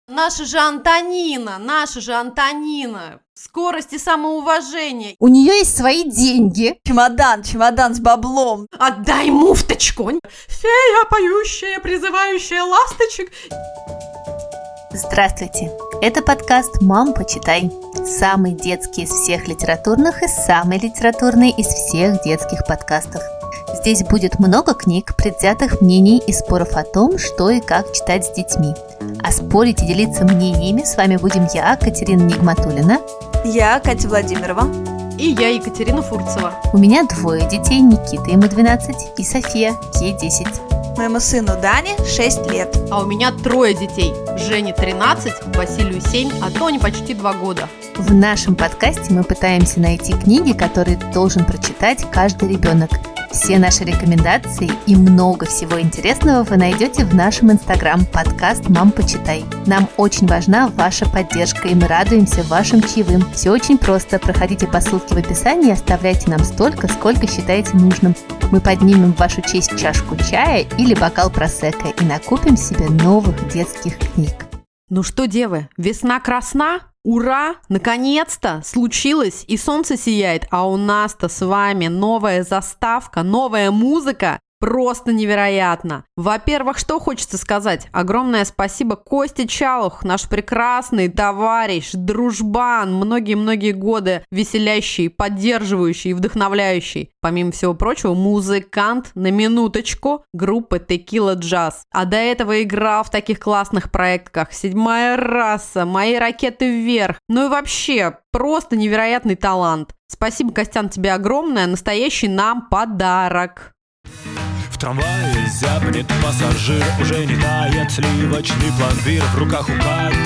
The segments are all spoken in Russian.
Наша же Антонина. Скорость и самоуважение. У нее есть свои деньги. Чемодан с баблом. Отдай муфточку. Фея, поющая, призывающая ласточек. Здравствуйте! Это подкаст «Мам, почитай». Самый детский из всех литературных и самый литературный из всех детских подкастов. Здесь будет много книг, предвзятых мнений и споров о том, что и как читать с детьми. А спорить и делиться мнениями с вами будем я, Катерина Нигматуллина. Я, Катя Владимирова. И я, Екатерина Фурцева. У меня 2 детей, Никита, ему 12, и София, ей 10. Моему сыну Дане 6 лет. А у меня 3 детей. Жене 13, Василию 7, а Тоне почти 2 года. В нашем подкасте мы пытаемся найти книги, которые должен прочитать каждый ребенок. Все наши рекомендации и много всего интересного вы найдете в нашем инстаграм подкаст «Мам, почитай». Нам очень важна ваша поддержка, и мы радуемся вашим чаевым. Все очень просто. Проходите по ссылке в описании и оставляйте нам столько, сколько считаете нужным. Мы поднимем в вашу честь чашку чая или бокал просекко и накупим себе новых детских книг. Ну что, девы, весна красна? Ура! Наконец-то случилось, и солнце сияет, а у нас-то с вами новая заставка, новая музыка. Просто невероятно! Во-первых, что хочется сказать? Огромное спасибо Косте Чалых, наш прекрасный товарищ, дружбан, многие-многие годы веселящий, поддерживающий и вдохновляющий. Помимо всего прочего, музыкант, на минуточку, группы Tequila Jazz. А до этого играл в таких классных проектах, как «Седьмая раса», «Мои ракеты вверх». Ну и вообще, просто невероятный талант. Спасибо, Костян, тебе огромное, настоящий нам подарок. В трамвае зябнет пассажир, уже не тает сливочный пломбир. В руках у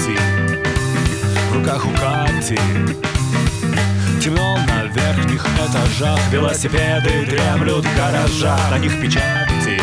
Кати темно на верхних этажах. Велосипеды дремлют в гаражах, на них печати.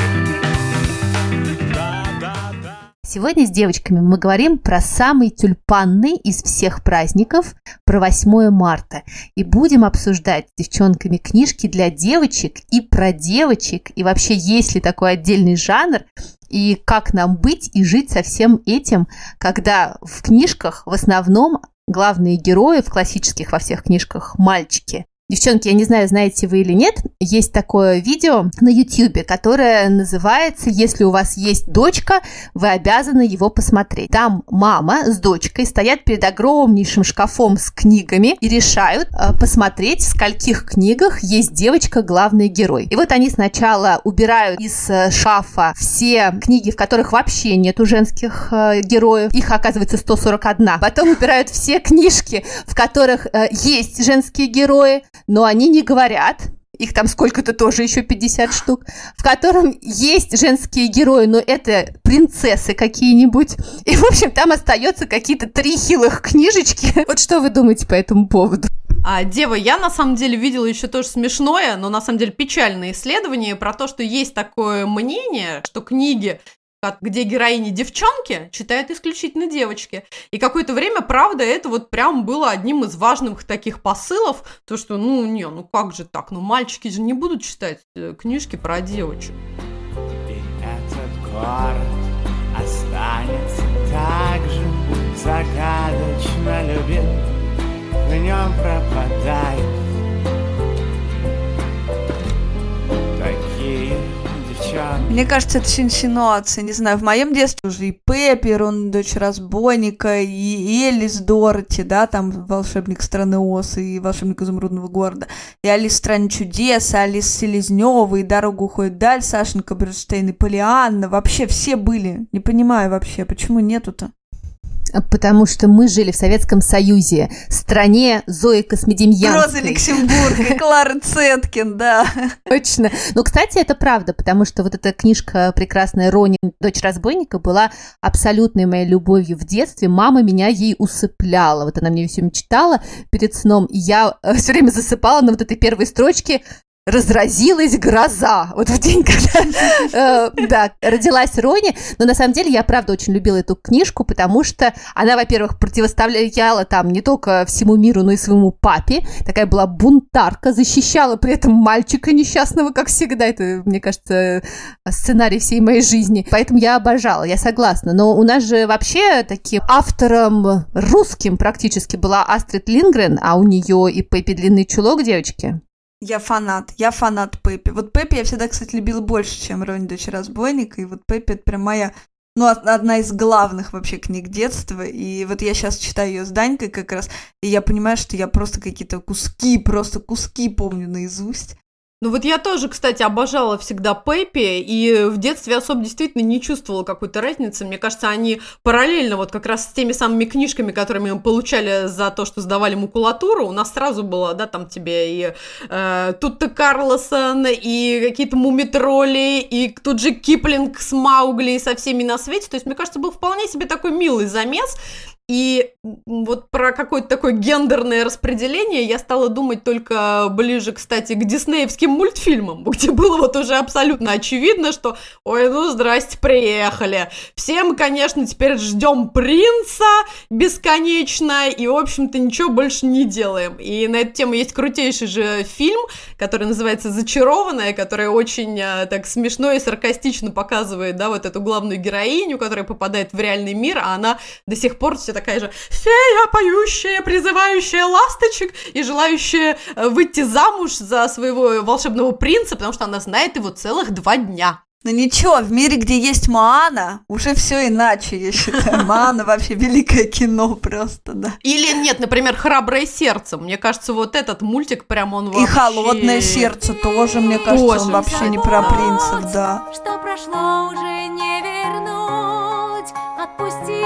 Сегодня с девочками мы говорим про самый тюльпанный из всех праздников, про 8 марта. И будем обсуждать с девчонками книжки для девочек и про девочек, и вообще есть ли такой отдельный жанр, и как нам быть и жить со всем этим, когда в книжках в основном главные герои, в классических во всех книжках, мальчики. Девчонки, я не знаю, знаете вы или нет, есть такое видео на YouTube, которое называется «Если у вас есть дочка, вы обязаны его посмотреть». Там мама с дочкой стоят перед огромнейшим шкафом с книгами и решают посмотреть, в скольких книгах есть девочка главный герой. И вот они сначала убирают из шкафа все книги, в которых вообще нету женских героев, их оказывается 141. Потом убирают все книжки, в которых есть женские герои, но они не говорят, их там сколько-то тоже еще 50 штук, в котором есть женские герои, но это принцессы какие-нибудь. И, в общем, там остается какие-то 3 хилых книжечки. Вот что вы думаете по этому поводу? Дева, я на самом деле видела еще тоже смешное, но на самом деле печальное исследование про то, что есть такое мнение, что книги, где героини девчонки, читают исключительно девочки. И какое-то время, правда, это вот прям было одним из важных таких посылов, то, что, ну как же так, мальчики же не будут читать книжки про девочек. И этот город останется так же загадочно любим, в нем пропадают такие девчонки. Мне кажется, это инсинуация. Не знаю, в моем детстве уже и Пеппер, он дочь разбойника, и Элис Дороти, да, там волшебник страны Оз и волшебник изумрудного города, и Алис в стране чудес, и Алис Селезнёва, и Дорога уходит вдаль, Сашенька Бернштейн, и Полианна. Вообще все были. Не понимаю вообще, почему нету-то? Потому что мы жили в Советском Союзе, стране Зои Космодемьянской. Роза Люксембург и Клара Цеткин, да. Точно. Но, кстати, это правда, потому что вот эта книжка прекрасная «Рони, дочь разбойника» была абсолютной моей любовью в детстве. Мама меня ей усыпляла. Вот она мне все читала перед сном, и я все время засыпала на вот этой первой строчке. разразилась гроза. Вот в день, когда родилась Рони. Но на самом деле я, правда, очень любила эту книжку, потому что она, во-первых, противостояла там не только всему миру, но и своему папе. Такая была бунтарка, защищала при этом мальчика несчастного, как всегда. Это, мне кажется, сценарий всей моей жизни. Поэтому я обожала, я согласна. Но у нас же вообще таким автором русским практически была Астрид Линдгрен, а у нее и Пеппи Длинный чулок, девочки. Я фанат Пеппи. Вот Пеппи я всегда, кстати, любила больше, чем Рони, дочь разбойника, и вот Пеппи — это прям моя, одна из главных вообще книг детства, и вот я сейчас читаю ее с Данькой как раз, и я понимаю, что я просто какие-то куски помню наизусть. Ну вот я тоже, кстати, обожала всегда Пеппи, и в детстве особо действительно не чувствовала какой-то разницы. Мне кажется, они параллельно вот как раз с теми самыми книжками, которыми мы получали за то, что сдавали макулатуру, у нас сразу было, да, там тебе и Тутте Карлсон, и какие-то мумитроли, и тут же Киплинг с Маугли, и со всеми на свете. То есть, мне кажется, был вполне себе такой милый замес. И вот про какое-то такое гендерное распределение я стала думать только ближе, кстати, к диснеевским мультфильмам, где было вот уже абсолютно очевидно, что ой, ну здрасте, приехали. Все мы, конечно, теперь ждем принца бесконечно и, в общем-то, ничего больше не делаем. И на эту тему есть крутейший же фильм, который называется «Зачарованная», который очень так смешно и саркастично показывает, да, вот эту главную героиню, которая попадает в реальный мир, а она до сих пор все такая же фея, поющая, призывающая ласточек и желающая выйти замуж за своего волшебного принца, потому что она знает его целых 2 дня. Ну ничего, в мире, где есть Моана, уже все иначе, я считаю. Моана вообще великое кино просто, да. Или нет, например, «Храброе сердце». Мне кажется, вот этот мультик прям он вообще... И «Холодное сердце» тоже, мне кажется, он вообще не про принцев, да. Что прошло, уже не вернуть. Отпусти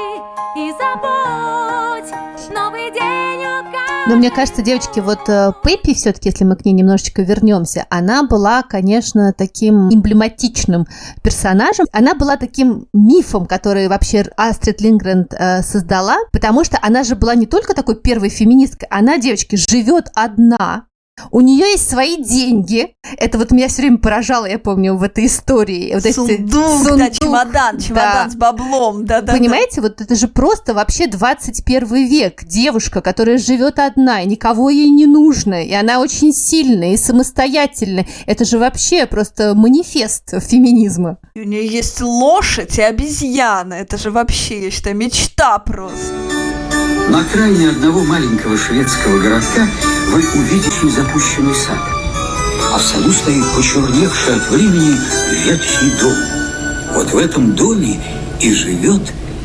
и забудь. Новый день укажет. Но мне кажется, девочки, вот Пеппи все-таки, если мы к ней немножечко вернемся, она была, конечно, таким эмблематичным персонажем. Она была таким мифом, который вообще Астрид Линдгрен создала, потому что она же была не только такой первой феминисткой, она, девочки, живет одна. У нее есть свои деньги. Это вот меня все время поражало, я помню, в этой истории. Вот сундук, да, чемодан да. С баблом. Да, понимаете, вот это же просто вообще 21 век. Девушка, которая живет одна, и никого ей не нужно, и она очень сильная и самостоятельная. Это же вообще просто манифест феминизма. И у нее есть лошадь и обезьяна. Это же вообще, я считаю, мечта просто. На окраине одного маленького шведского городка вы увидите запущенный сад. А в саду стоит почерневший от времени ветхий дом. Вот в этом доме и живет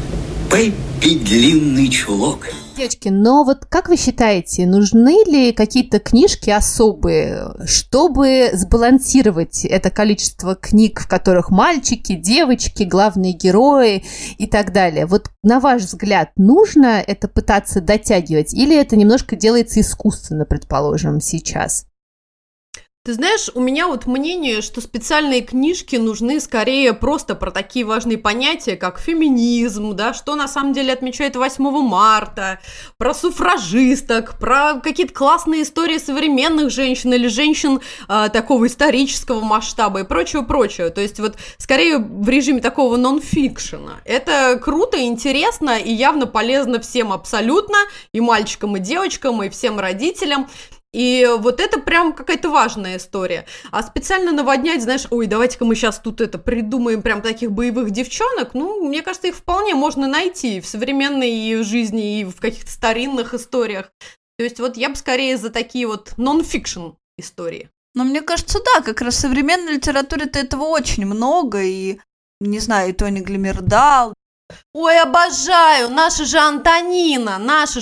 Пеппи Длинный чулок. Девочки, но вот как вы считаете, нужны ли какие-то книжки особые, чтобы сбалансировать это количество книг, в которых мальчики, девочки, главные герои и так далее? Вот на ваш взгляд, нужно это пытаться дотягивать или это немножко делается искусственно, предположим, сейчас? Ты знаешь, у меня вот мнение, что специальные книжки нужны скорее просто про такие важные понятия, как феминизм, да, что на самом деле отмечает 8 марта, про суфражисток, про какие-то классные истории современных женщин или женщин такого исторического масштаба и прочее. То есть вот скорее в режиме такого нон-фикшена. Это круто, интересно и явно полезно всем абсолютно, и мальчикам, и девочкам, и всем родителям. И вот это прям какая-то важная история. А специально наводнять, знаешь, ой, давайте-ка мы сейчас тут придумаем прям таких боевых девчонок, ну, мне кажется, их вполне можно найти в современной жизни и в каких-то старинных историях. То есть вот я бы скорее за такие вот нон-фикшн истории. Но мне кажется, да, как раз в современной литературе-то этого очень много, и, не знаю, и Тони Глимердал. Ой, обожаю! Наша же Антонина!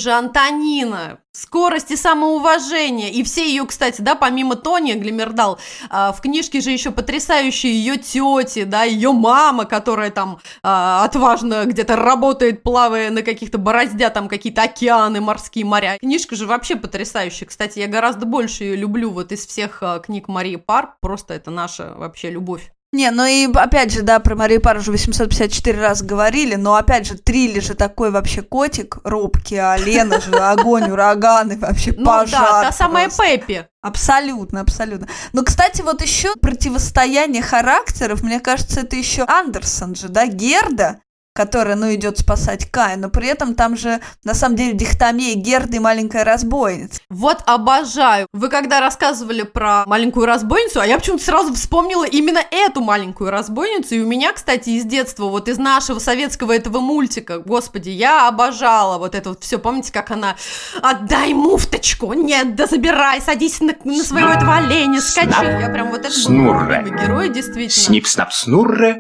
Скорость и самоуважение. И все ее, кстати, да, помимо Тони Глимердал, в книжке же еще потрясающие ее тети, да, ее мама, которая там отважно где-то работает, плавая на каких-то, бороздя там какие-то океаны, морские моря. Книжка же вообще потрясающая. Кстати, я гораздо больше ее люблю вот из всех книг Марии Парр. Просто это наша вообще любовь. Не, ну и опять же, да, про Марию Пар уже 854 раз говорили, но опять же, Трилли же такой вообще котик робкий, а Лена же огонь, ураган и вообще пожар. Ну да, та самая Пеппи. Абсолютно, абсолютно. Но, кстати, вот еще противостояние характеров, мне кажется, это еще Андерсон же, да, Герда, которая, идет спасать Кая, но при этом там же, на самом деле, дихотомия Герды и маленькая разбойница. Вот обожаю. Вы когда рассказывали про маленькую разбойницу, а я почему-то сразу вспомнила именно эту маленькую разбойницу, и у меня, кстати, из детства, вот из нашего советского этого мультика, господи, я обожала вот это вот все, помните, как она «Отдай муфточку! Нет, да забирай, садись на своего этого оленя, скачи!» Я прям вот это был любимый герой, действительно. Снип-снап-снурре,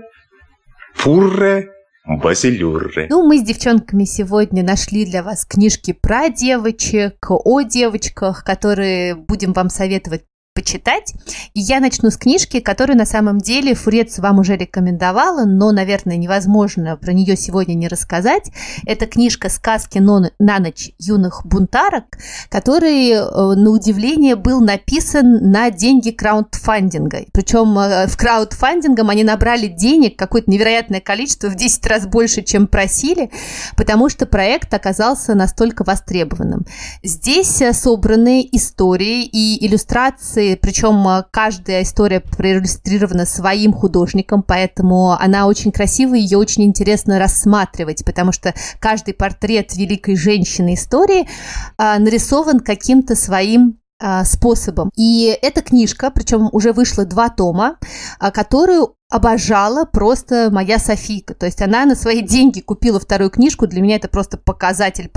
пурре, базилюрре. Ну, мы с девчонками сегодня нашли для вас книжки про девочек, о девочках, которые будем вам советовать почитать. И я начну с книжки, которую на самом деле Фурец вам уже рекомендовала, но, наверное, невозможно про нее сегодня не рассказать. Это книжка «Сказки на ночь юных бунтарок», который, на удивление, был написан на деньги краудфандинга. Причем в краудфандингом они набрали денег, какое-то невероятное количество, в 10 раз больше, чем просили, потому что проект оказался настолько востребованным. Здесь собраны истории и иллюстрации, причем каждая история проиллюстрирована своим художником, поэтому она очень красивая, ее очень интересно рассматривать, потому что каждый портрет великой женщины истории нарисован каким-то своим способом. И эта книжка, причем уже вышло 2 тома, которую обожала просто моя Софийка. То есть она на свои деньги купила 2-ю книжку. Для меня это просто показатель.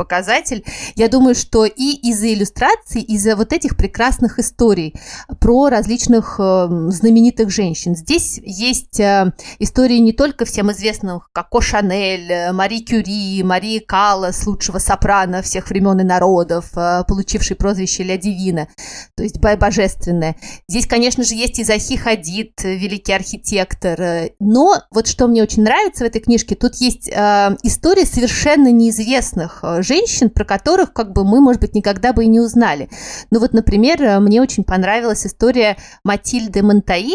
Я думаю, что и из-за иллюстраций, из-за вот этих прекрасных историй про различных знаменитых женщин. Здесь есть истории не только всем известных Коко Шанель, Мари Кюри, Марии Каллас, лучшего сопрано всех времен и народов, получившей прозвище Ля Дивина, то есть божественная. Здесь, конечно же, есть и Захи Хадид, великий архитектор. Но вот что мне очень нравится в этой книжке, тут есть истории совершенно неизвестных женщин, про которых мы, может быть, никогда бы и не узнали. Ну вот, например, мне очень понравилась история Матильды Монтаи.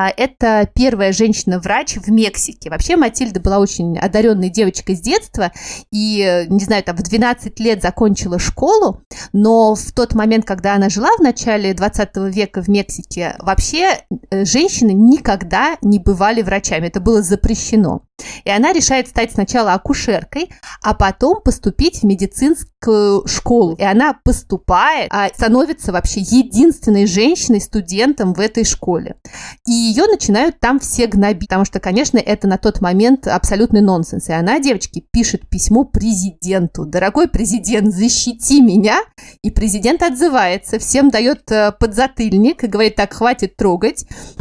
Это первая женщина-врач в Мексике. Вообще Матильда была очень одаренной девочкой с детства и, не знаю, в 12 лет закончила школу, но в тот момент, когда она жила в начале 20 века в Мексике, вообще женщины никогда не бывали врачами, это было запрещено. И она решает стать сначала акушеркой, а потом поступить в медицинскую школу. И она поступает, становится вообще единственной женщиной-студентом в этой школе. И ее начинают там все гнобить, потому что, конечно, это на тот момент абсолютный нонсенс. И она, девочки, пишет письмо президенту. «Дорогой президент, защити меня!» И президент отзывается, всем дает подзатыльник и говорит: так, хватит трогать,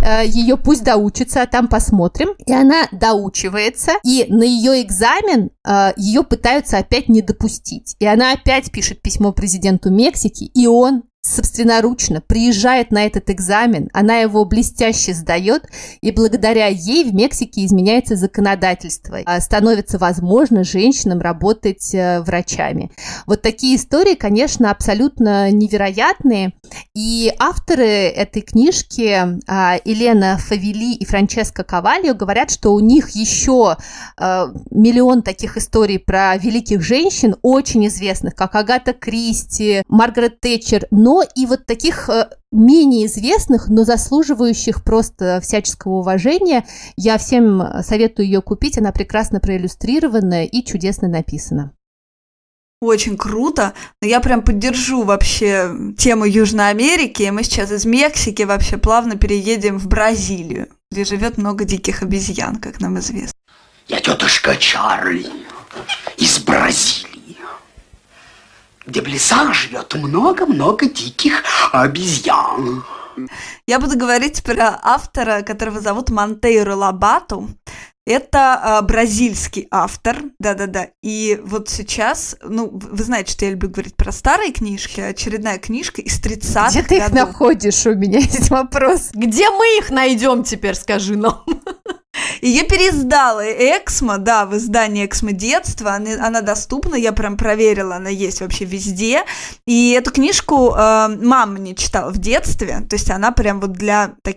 ее пусть доучится, а там посмотрим. И она доучивается, и на ее экзамен ее пытаются опять не допустить. И она опять пишет письмо президенту Мексики, и он собственноручно приезжает на этот экзамен, она его блестяще сдает, и благодаря ей в Мексике изменяется законодательство. Становится возможно женщинам работать врачами. Вот такие истории, конечно, абсолютно невероятные. И авторы этой книжки, Елена Фавели и Франческа Кавальо, говорят, что у них еще миллион таких историй про великих женщин, очень известных, как Агата Кристи, Маргарет Тэтчер, но и вот таких менее известных, но заслуживающих просто всяческого уважения. Я всем советую ее купить, она прекрасно проиллюстрирована и чудесно написана. Очень круто. Но я прям поддержу вообще тему Южной Америки. И мы сейчас из Мексики вообще плавно переедем в Бразилию, где живет много диких обезьян, как нам известно. Я тетушка Чарли из Бразилии, где в лесах живет много-много диких обезьян. Я буду говорить про автора, которого зовут Монтейро Лобату. Это бразильский автор, да-да-да. И вот сейчас, вы знаете, что я люблю говорить про старые книжки, очередная книжка из 30-х годов. Где ты их находишь? У меня есть вопрос. Где мы их найдем теперь, скажи нам? Ее переиздала Эксмо, да, в издании Эксмо детства, она доступна, я прям проверила, она есть вообще везде, и эту книжку мама мне читала в детстве, то есть она прям вот для таких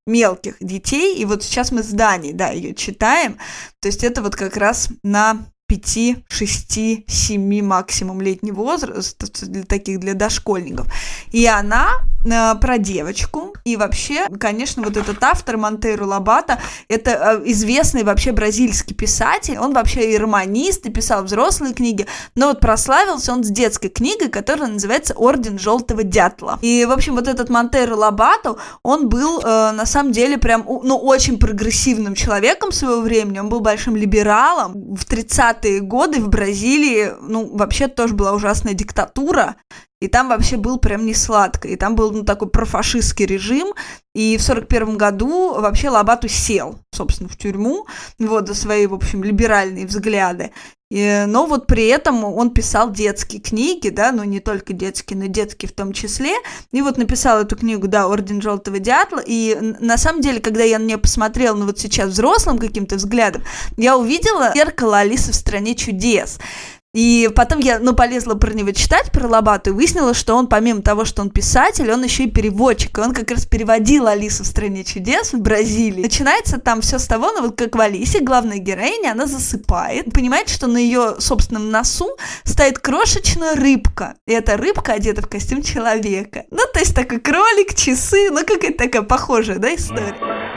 мелких детей, и вот сейчас мы с Даней, да, ее читаем, то есть это вот как раз на 5, 6, 7 максимум летний возраст, для дошкольников. И она про девочку. И вообще, конечно, вот этот автор Монтейру Лобато, это известный вообще бразильский писатель. Он вообще и романист, и писал взрослые книги. Но вот прославился он с детской книгой, которая называется «Орден Желтого Дятла». И, в общем, вот этот Монтейру Лобато, он был, на самом деле, прям, очень прогрессивным человеком своего времени. Он был большим либералом. В 30-е годы в Бразилии, вообще тоже была ужасная диктатура, и там вообще был прям не сладко, и там был такой профашистский режим, и в 1941 году вообще Лобато сел, собственно, в тюрьму, за свои, в общем, либеральные взгляды. Но вот при этом он писал детские книги, да, не только детские, но детские в том числе, и вот написал эту книгу, да, «Орден Желтого Дятла», и на самом деле, когда я на нее посмотрела, вот сейчас взрослым каким-то взглядом, я увидела зеркало Алисы в стране чудес. И потом я, полезла про него читать, про Лобато, и выяснила, что он, помимо того, что он писатель, он еще и переводчик, и он как раз переводил «Алису в стране чудес» в Бразилии. Начинается там все с того, как в Алисе главная героиня, она засыпает, понимает, что на ее собственном носу стоит крошечная рыбка, и эта рыбка одета в костюм человека. То есть такой кролик, часы, какая-то такая похожая, да, история.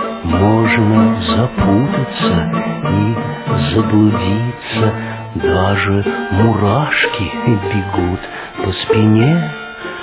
Можно запутаться и заблудиться, даже мурашки бегут по спине.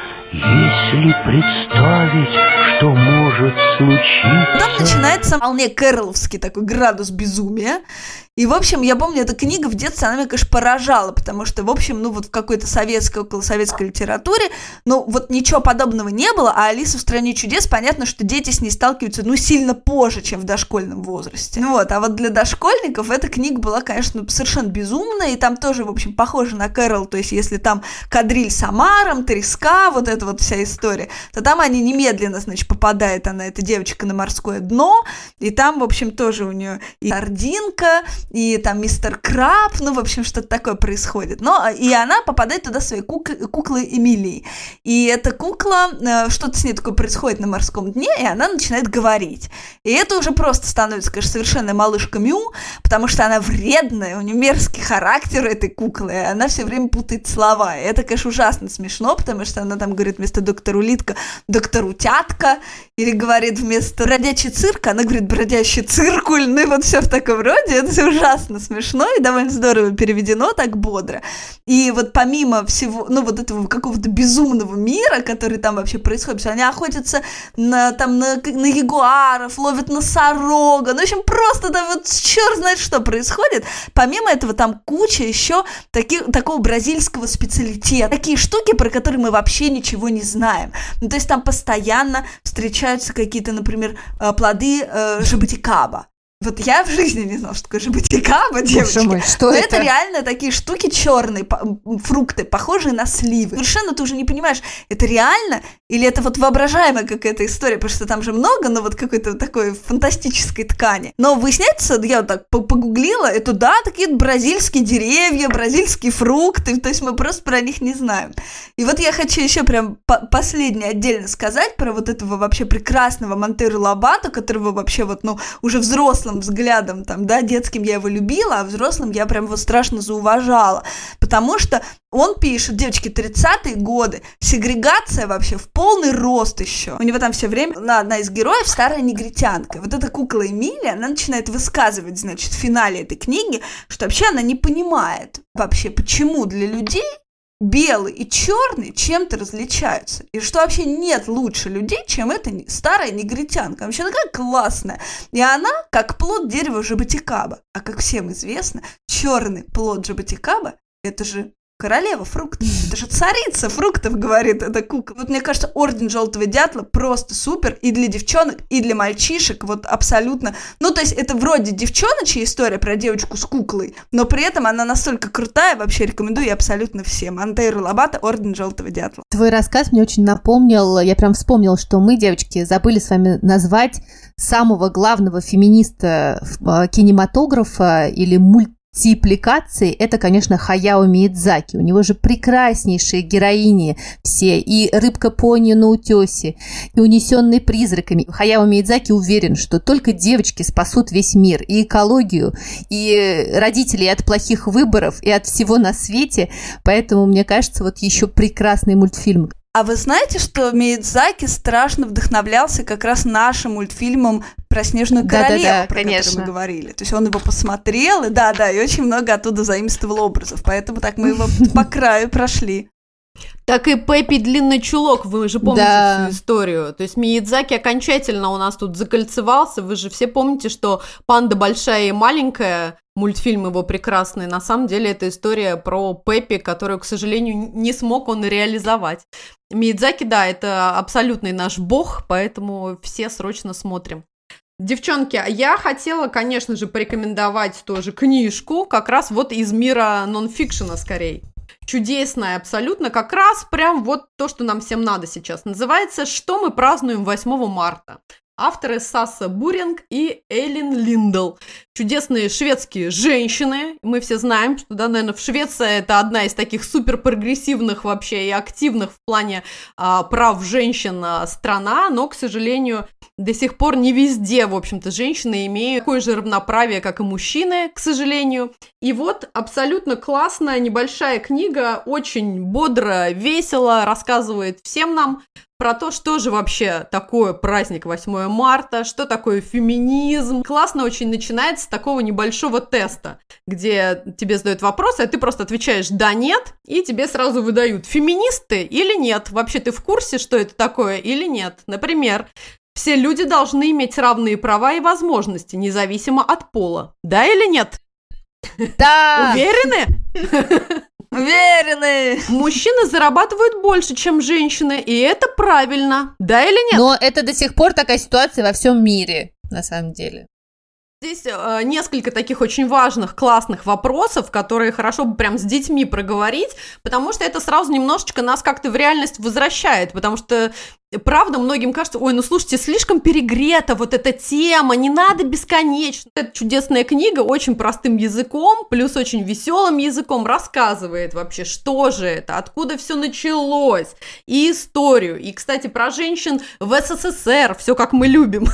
Если представить, что может случиться... Там начинается вполне кэрроловский такой градус безумия. И, в общем, я помню, эта книга в детстве, она меня, конечно, поражала, потому что, в общем, в какой-то советской, околосоветской литературе, ничего подобного не было, а «Алиса в стране чудес», понятно, что дети с ней сталкиваются, сильно позже, чем в дошкольном возрасте. А вот для дошкольников эта книга была, конечно, совершенно безумная, и там тоже, в общем, похоже на Кэрол, то есть если там кадриль с омаром, треска, вот эта вот вся история, то там они немедленно, значит, попадает эта девочка на морское дно, и там, в общем, тоже у нее и сардинка, и там мистер Краб, в общем, что-то такое происходит. И она попадает туда своей куклой Эмилией. И эта кукла, что-то с ней такое происходит на морском дне, и она начинает говорить. И это уже просто становится, конечно, совершенная малышка Мю, потому что она вредная, у нее мерзкий характер этой куклы, и она все время путает слова. И это, конечно, ужасно смешно, потому что она там говорит вместо доктор Улитка доктор Утятка, или говорит вместо бродячий цирк, она говорит бродящий циркуль, и вот все в таком роде. Это все ужасно смешно и довольно здорово переведено, так бодро. И вот помимо всего, вот этого какого-то безумного мира, который там вообще происходит, они охотятся на ягуаров, ловят носорога, в общем, просто там вот черт знает, что происходит. Помимо этого там куча еще такого бразильского специалитета, такие штуки, про которые мы вообще ничего не знаем. То есть там постоянно встречаются какие-то, например, плоды жабутикаба. Вот я в жизни не знала, что такое жабутикаба, девочки. Мой, что это? Это реально такие штуки черные, фрукты, похожие на сливы. Совершенно ты уже не понимаешь, это реально или это вот воображаемая какая-то история, потому что там же много, вот какой-то такой фантастической ткани. Но выясняется, я вот так погуглила, это да, такие бразильские деревья, бразильские фрукты, то есть мы просто про них не знаем. И вот я хочу еще прям последнее отдельно сказать про вот этого вообще прекрасного Монтейру Лобато, которого вообще вот, уже взрослым взглядом, детским я его любила, а взрослым я прям его страшно зауважала, потому что он пишет, девочки, 30-е годы, сегрегация вообще в полный рост еще. У него там все время одна из героев старая негритянка. Вот эта кукла Эмилия, она начинает высказывать, значит, в финале этой книги, что вообще она не понимает вообще, почему для людей белый и черный чем-то различаются. И что вообще нет лучше людей, чем эта старая негритянка. Вообще такая классная. И она как плод дерева жабутикаба. А как всем известно, черный плод жабутикаба – это же королева фруктов. Это же царица фруктов, говорит эта кукла. Вот мне кажется, Орден Желтого Дятла просто супер и для девчонок, и для мальчишек. Вот абсолютно. То есть это вроде девчоночья история про девочку с куклой, но при этом она настолько крутая, вообще рекомендую абсолютно всем. Монтейру Лобато, Орден Желтого Дятла. Твой рассказ мне очень напомнил, я прям вспомнила, что мы, девочки, забыли с вами назвать самого главного феминиста кинематографа или мультипликации, это, конечно, Хаяо Миядзаки. У него же прекраснейшие героини все. И «Рыбка-пони на утесе», и «Унесенные призраками». Хаяо Миядзаки уверен, что только девочки спасут весь мир, и экологию, и родителей от плохих выборов, и от всего на свете. Поэтому, мне кажется, вот еще прекрасный мультфильм. А вы знаете, что Миядзаки страшно вдохновлялся как раз нашим мультфильмом про Снежную королеву, про который мы говорили. То есть он его посмотрел, и и очень много оттуда заимствовал образов. Поэтому так мы его по краю прошли. Так и Пеппи Длинный Чулок, вы же помните всю историю. То есть Миядзаки окончательно у нас тут закольцевался. Вы же все помните, что «Панда большая и маленькая», мультфильм его прекрасный, на самом деле это история про Пеппи, которую, к сожалению, не смог он реализовать. Миядзаки, это абсолютный наш бог, поэтому все срочно смотрим. Девчонки, я хотела, конечно же, порекомендовать тоже книжку, как раз вот из мира нонфикшена скорее. Чудесная абсолютно, как раз прям вот то, что нам всем надо сейчас. Называется «Что мы празднуем 8 марта». Авторы Саса Буринг и Элин Линдл. Чудесные шведские женщины. Мы все знаем, что, наверное, в Швеции это одна из таких суперпрогрессивных вообще и активных в плане прав женщин страна, но, к сожалению, до сих пор не везде, в общем-то, женщины имеют такое же равноправие, как и мужчины, к сожалению. И вот абсолютно классная небольшая книга, очень бодро, весело рассказывает всем нам про то, что же вообще такое праздник 8 марта, что такое феминизм. Классно очень начинается с такого небольшого теста, где тебе задают вопросы, а ты просто отвечаешь «да», «нет», и тебе сразу выдают, феминисты или нет. Вообще ты в курсе, что это такое или нет? Например, все люди должны иметь равные права и возможности, независимо от пола. Да или нет? Да! Уверены? Уверены! Мужчины зарабатывают больше, чем женщины, и это правильно. Да или нет? Но это до сих пор такая ситуация во всем мире, на самом деле. Здесь несколько таких очень важных, классных вопросов, которые хорошо бы прям с детьми проговорить, потому что это сразу немножечко нас как-то в реальность возвращает, потому что правда, многим кажется, ой, ну слушайте, слишком перегрета вот эта тема, не надо бесконечно. Эта чудесная книга очень простым языком, плюс очень веселым языком рассказывает вообще, что же это, откуда все началось, и историю, и, кстати, про женщин в СССР, все как мы любим,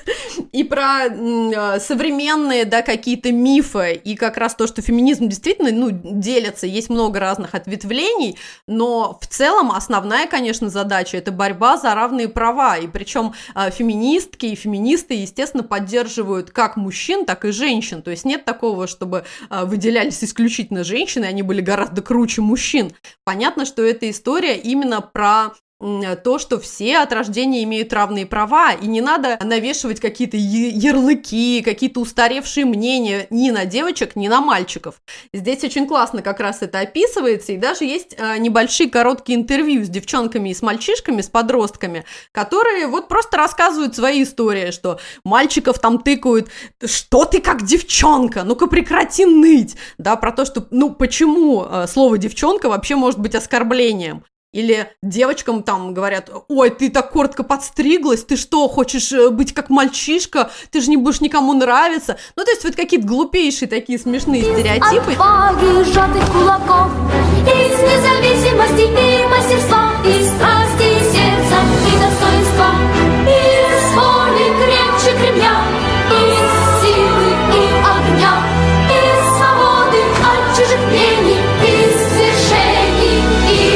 и про современные, какие-то мифы, и как раз то, что феминизм действительно, делится, есть много разных ответвлений, но в целом основная, конечно, задача – это борьба за равные права, и причем феминистки и феминисты, естественно, поддерживают как мужчин, так и женщин, то есть нет такого, чтобы выделялись исключительно женщины, они были гораздо круче мужчин. Понятно, что эта история именно про то, что все от рождения имеют равные права, и не надо навешивать какие-то ярлыки, какие-то устаревшие мнения ни на девочек, ни на мальчиков. Здесь очень классно как раз это описывается, и даже есть небольшие короткие интервью с девчонками и с мальчишками, с подростками, которые вот просто рассказывают свои истории, что мальчиков там тыкают, что ты как девчонка, ну-ка прекрати ныть, про то, что, почему слово девчонка вообще может быть оскорблением. Или девочкам там говорят, ой, ты так коротко подстриглась, ты что, хочешь быть как мальчишка, ты же не будешь никому нравиться. То есть вот какие-то глупейшие такие смешные стереотипы. Из отваги сжатых кулаков, из независимости и мастерства, из страсти и сердца и достоинства, из воли крепче Кремля, из силы и огня, из свободы от чужих мнений, из свершений и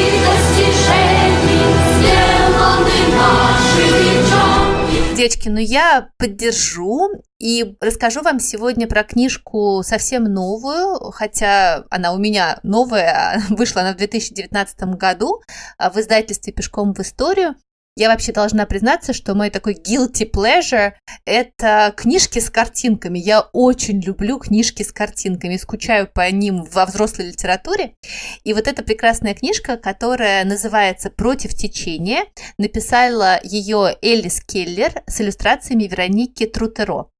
девочки, я поддержу и расскажу вам сегодня про книжку совсем новую, хотя она у меня новая, вышла она в 2019 году в издательстве «Пешком в историю». Я вообще должна признаться, что мой такой guilty pleasure – это книжки с картинками. Я очень люблю книжки с картинками, скучаю по ним во взрослой литературе. И вот эта прекрасная книжка, которая называется «Против течения», написала ее Элис Келлер с иллюстрациями Вероники Трутеро.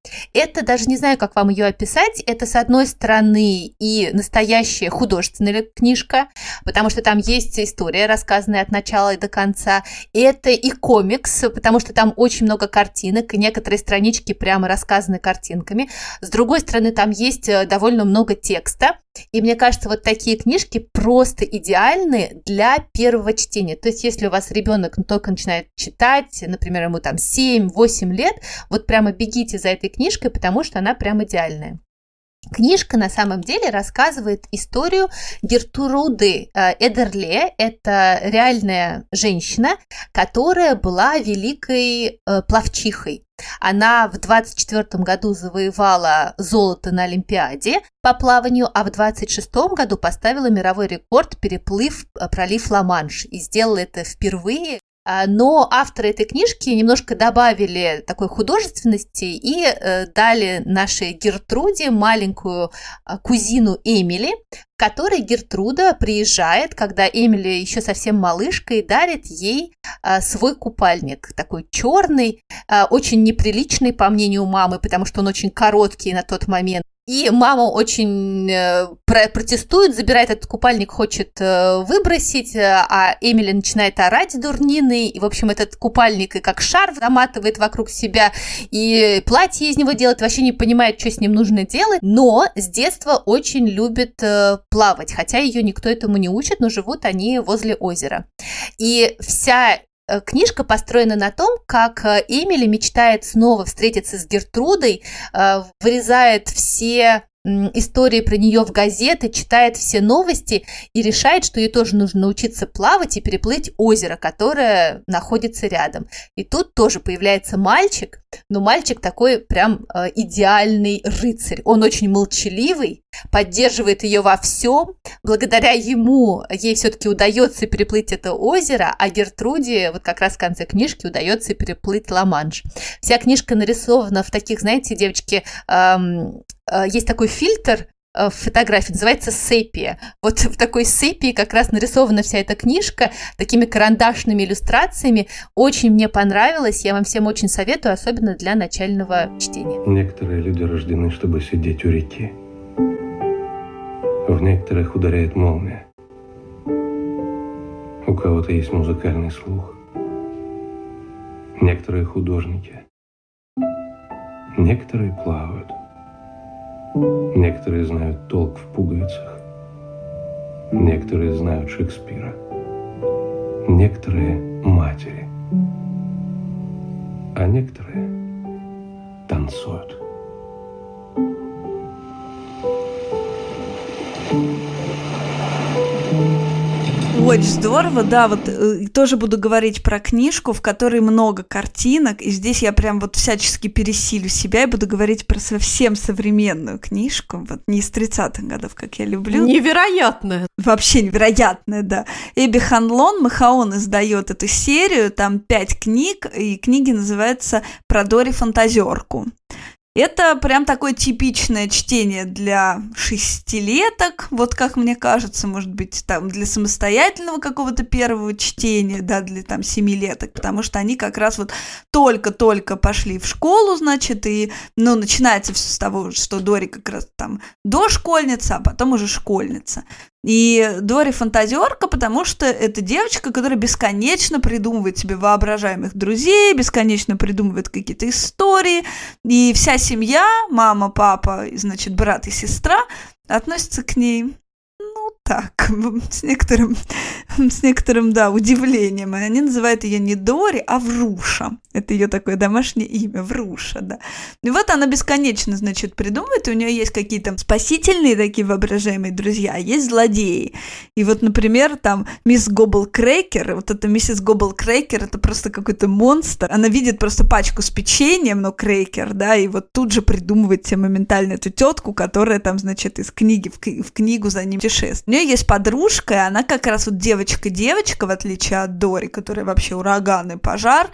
Это даже не знаю, как вам ее описать. Это, с одной стороны, и настоящая художественная книжка, потому что там есть история, рассказанная от начала и до конца. Это и комикс, потому что там очень много картинок, и некоторые странички прямо рассказаны картинками. С другой стороны, там есть довольно много текста. И мне кажется, вот такие книжки просто идеальны для первого чтения. То есть, если у вас ребенок только начинает читать, например, ему там 7-8 лет, вот прямо бегите за этой книжкой, потому что она прям идеальная. Книжка на самом деле рассказывает историю Гертруды Эдерле. Это реальная женщина, которая была великой пловчихой. Она в 24 году завоевала золото на Олимпиаде по плаванию, а в 26 году поставила мировой рекорд, переплыв пролив Ла-Манш, и сделала это впервые. Но авторы этой книжки немножко добавили такой художественности и дали нашей Гертруде маленькую кузину Эмили, к которой Гертруда приезжает, когда Эмили еще совсем малышка, и дарит ей свой купальник, такой черный, очень неприличный, по мнению мамы, потому что он очень короткий на тот момент. И мама очень протестует, забирает этот купальник, хочет выбросить, а Эмили начинает орать дурниной, и, в общем, этот купальник и как шарф заматывает вокруг себя, и платье из него делает, вообще не понимает, что с ним нужно делать, но с детства очень любит плавать, хотя ее никто этому не учит, но живут они возле озера. И вся книжка построена на том, как Эмили мечтает снова встретиться с Гертрудой, вырезает все истории про нее в газеты, читает все новости и решает, что ей тоже нужно научиться плавать и переплыть озеро, которое находится рядом. И тут тоже появляется мальчик, но мальчик такой прям идеальный рыцарь. Он очень молчаливый, поддерживает ее во всем. Благодаря ему ей все-таки удается переплыть это озеро, а Гертруде вот как раз в конце книжки удается переплыть Ла-Манш. Вся книжка нарисована в таких, знаете, девочки, есть такой фильтр в фотографии, называется сепия. Вот в такой сепии как раз нарисована вся эта книжка такими карандашными иллюстрациями. Очень мне понравилось, я вам всем очень советую, особенно для начального чтения. Некоторые люди рождены, чтобы сидеть у реки. В некоторых ударяет молния. У кого-то есть музыкальный слух. Некоторые художники. Некоторые плавают. Некоторые знают толк в пуговицах. Некоторые знают Шекспира. Некоторые матери. А некоторые танцуют. Очень здорово, да, вот тоже буду говорить про книжку, в которой много картинок, и здесь я прям вот всячески пересилю себя и буду говорить про совсем современную книжку, вот не из 30-х годов, как я люблю. Невероятная. Вообще невероятная, да. Эбби Ханлон, Махаон издает эту серию, там 5 книг, и книги называются «Про Дори Фантазерку». Это прям такое типичное чтение для шестилеток, вот как мне кажется, может быть, там для самостоятельного какого-то первого чтения, да, для там 7-леток, потому что они как раз вот только-только пошли в школу, значит, и, ну, начинается все с того, что Дори как раз там дошкольница, а потом уже школьница. И Дори фантазерка, потому что это девочка, которая бесконечно придумывает себе воображаемых друзей, бесконечно придумывает какие-то истории, и вся семья, мама, папа, значит, брат и сестра, относятся к ней, ну, так, с некоторым, да, удивлением. И они называют ее не Дори, а Вруша. Это ее такое домашнее имя, Вруша, да. И вот она бесконечно, значит, придумывает, и у нее есть какие-то спасительные такие воображаемые друзья, а есть злодеи. И вот, например, там мисс Гоббл-Крекер, вот эта миссис Гоббл-Крекер, это просто какой-то монстр. Она видит просто пачку с печеньем, но крекер, да, и вот тут же придумывает себе моментально эту тетку, которая там, значит, из книги в книгу за ним путешествует. У нее есть подружка, и она как раз вот девочка-девочка, в отличие от Дори, которая вообще ураган и пожар,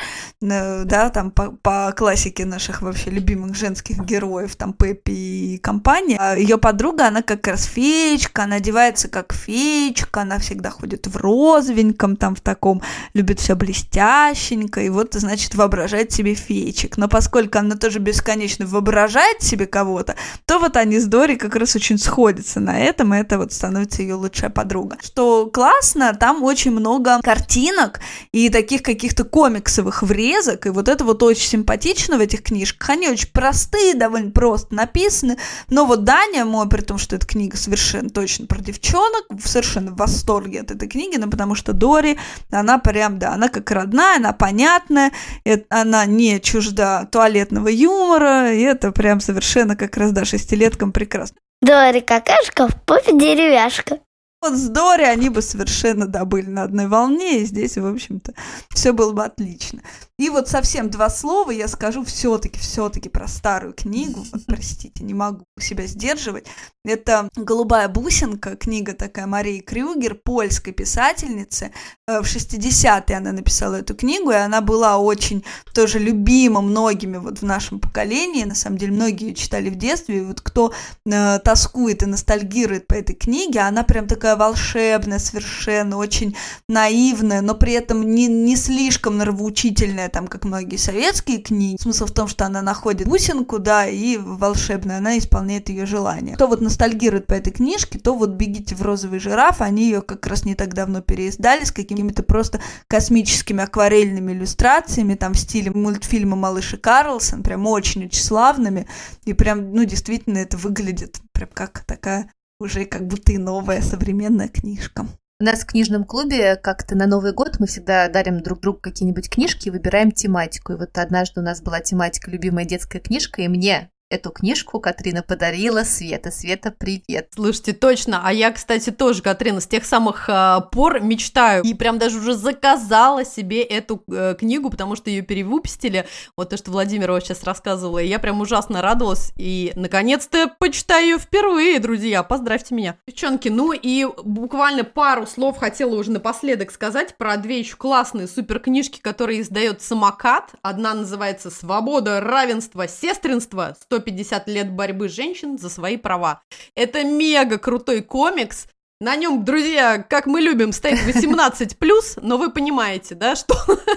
да, там по классике наших вообще любимых женских героев, там Пеппи и компания. А ее подруга, она как раз феечка, она одевается как феечка, она всегда ходит в розовеньком, там в таком, любит все блестященько, и вот, значит, воображает себе феечек. Но поскольку она тоже бесконечно воображает себе кого-то, то вот они с Дори как раз очень сходятся на этом, и это вот становится ее лучшая подруга. Что классно, там очень много картинок и таких каких-то комиксовых врезок, и вот это вот очень симпатично в этих книжках. Они очень простые, довольно просто написаны, но вот Даня мой, при том, что эта книга совершенно точно про девчонок, совершенно в восторге от этой книги, ну, потому что Дори, она прям, да, она как родная, она понятная, она не чужда туалетного юмора, и это прям совершенно как раз, да, шестилеткам прекрасно. Дори какашка, в попе деревяшка. Вот с Дори они бы совершенно, да, были на одной волне, и здесь, в общем-то, все было бы отлично. И вот совсем два слова я скажу все-таки про старую книгу. Вот, простите, не могу себя сдерживать. Это «Голубая бусинка», книга такая Марии Крюгер, польской писательницы. В 60-е она написала эту книгу, и она была очень тоже любима многими вот в нашем поколении. На самом деле, многие ее читали в детстве. И вот кто тоскует и ностальгирует по этой книге, она прям такая волшебная, совершенно очень наивная, но при этом не слишком нравоучительная, там, как многие советские книги. Смысл в том, что она находит бусинку, да, и волшебная, она исполняет ее желание. Кто вот ностальгирует по этой книжке, то вот бегите в «Розовый жираф», они ее как раз не так давно переиздали с какими-то просто космическими акварельными иллюстрациями, там, в стиле мультфильма «Малыш и Карлсон», прям очень-очень славными, и прям, ну, действительно, это выглядит прям как такая уже как будто и новая современная книжка. У нас в книжном клубе как-то на Новый год мы всегда дарим друг другу какие-нибудь книжки и выбираем тематику. И вот однажды у нас была тематика «Любимая детская книжка», и мне эту книжку Катрина подарила Света. Света, привет. Слушайте, точно. А я, кстати, тоже, Катрина, с тех самых пор мечтаю. И прям даже уже заказала себе эту книгу, потому что ее перевыпустили. Вот то, что Владимирова сейчас рассказывала. И я прям ужасно радовалась. И, наконец-то, почитаю ее впервые, друзья. Поздравьте меня. Девчонки, ну и буквально пару слов хотела уже напоследок сказать про две еще классные суперкнижки, которые издает «Самокат». Одна называется «Свобода, равенство, сестринство. 150 лет борьбы женщин за свои права». Это мега крутой комикс. На нем, друзья, как мы любим, стоит 18+, но вы понимаете, да, что...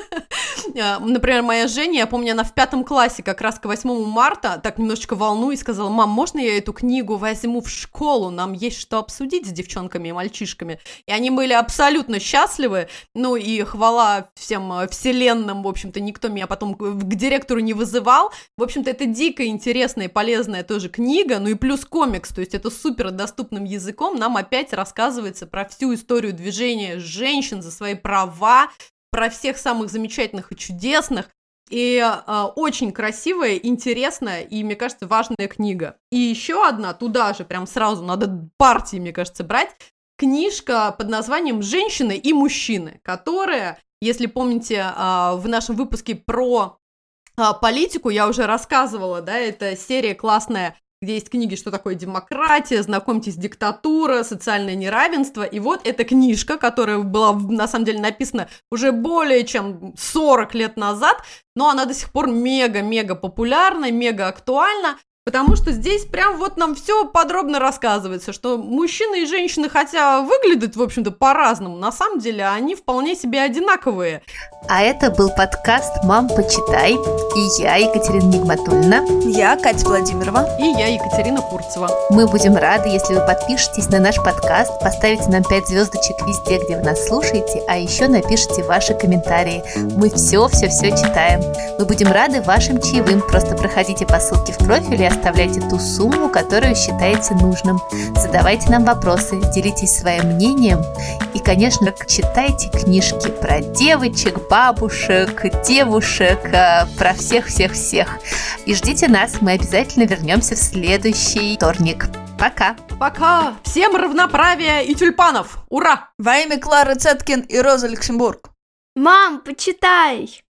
Например, моя Женя, я помню, она в 5 классе, как раз к 8 марта, так немножечко волнуясь, сказала: мам, можно я эту книгу возьму в школу? Нам есть что обсудить с девчонками и мальчишками. И они были абсолютно счастливы. Ну и хвала всем вселенным, в общем-то, никто меня потом к директору не вызывал. В общем-то, это дико интересная и полезная тоже книга, ну и плюс комикс, то есть это супер доступным языком нам опять рассказывается про всю историю движения женщин за свои права, про всех самых замечательных и чудесных, и очень красивая, интересная и, мне кажется, важная книга. И еще одна, туда же прям сразу надо партии, мне кажется, брать, книжка под названием «Женщины и мужчины», которая, если помните, в нашем выпуске про политику я уже рассказывала, да, это серия классная, где есть книги «Что такое демократия», «Знакомьтесь, диктатура», «Социальное неравенство». И вот эта книжка, которая была, на самом деле, написана уже более чем 40 лет назад, но она до сих пор мега-мега популярна, мега актуальна, потому что здесь прям вот нам все подробно рассказывается, что мужчины и женщины, хотя выглядят, в общем-то, по-разному, на самом деле они вполне себе одинаковые. А это был подкаст «Мам, почитай». И я, Екатерина Нигматульна. Я, Катя Владимирова. И я, Екатерина Фурцева. Мы будем рады, если вы подпишетесь на наш подкаст, поставите нам 5 звездочек везде, где вы нас слушаете, а еще напишите ваши комментарии. Мы все читаем. Мы будем рады вашим чаевым. Просто проходите по ссылке в профиле и оставляйте ту сумму, которую считаете нужным. Задавайте нам вопросы, делитесь своим мнением и, конечно, читайте книжки про девочек, бабушек, девушек, про всех-всех-всех. И ждите нас, мы обязательно вернемся в следующий вторник. Пока! Пока! Всем равноправия и тюльпанов! Ура! Во имя Клары Цеткин и Розы Люксембург. Мам, почитай!